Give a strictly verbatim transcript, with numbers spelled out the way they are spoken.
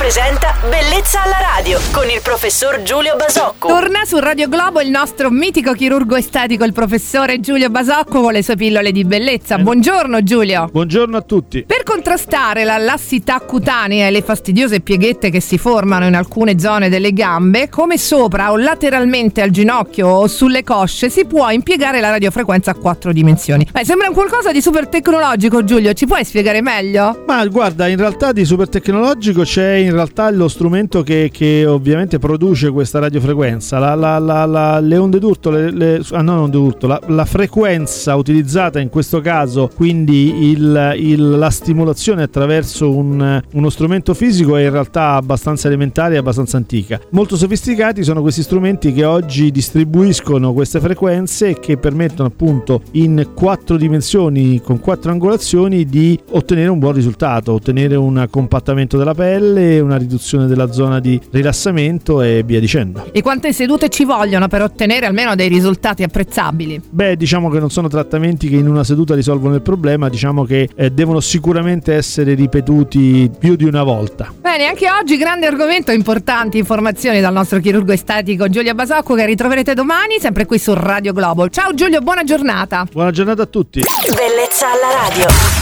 presenta Bellezza alla radio con il professor Giulio Basocco. Torna su Radio Globo il nostro mitico chirurgo estetico, il professore Giulio Basocco, con le sue pillole di bellezza. Buongiorno Giulio. Buongiorno a tutti. Per contrastare la lassità cutanea e le fastidiose pieghette che si formano in alcune zone delle gambe, come sopra o lateralmente al ginocchio o sulle cosce, si può impiegare la radiofrequenza a quattro dimensioni. Beh, sembra un qualcosa di super tecnologico, Giulio, ci puoi spiegare meglio? Ma guarda, in realtà di super tecnologico c'è in realtà lo strumento che, che ovviamente produce questa radiofrequenza, la, la, la, la, le onde d'urto, le, le, ah no, onde d'urto, la, la frequenza utilizzata in questo caso, quindi il, il, la stimolazione attraverso un, uno strumento fisico, è in realtà abbastanza elementare e abbastanza antica. Molto sofisticati sono questi strumenti che oggi distribuiscono queste frequenze e che permettono appunto in quattro dimensioni, con quattro angolazioni, di ottenere un buon risultato, ottenere un compattamento della pelle, una riduzione della zona di rilassamento e via dicendo. E quante sedute ci vogliono per ottenere almeno dei risultati apprezzabili? Beh, diciamo che non sono trattamenti che in una seduta risolvono il problema, diciamo che eh, devono sicuramente essere ripetuti più di una volta. Bene, anche oggi grande argomento, importanti informazioni dal nostro chirurgo estetico Giulio Basocco, che ritroverete domani sempre qui su Radio Globo. Ciao Giulio, buona giornata. Buona giornata a tutti. Bellezza alla radio.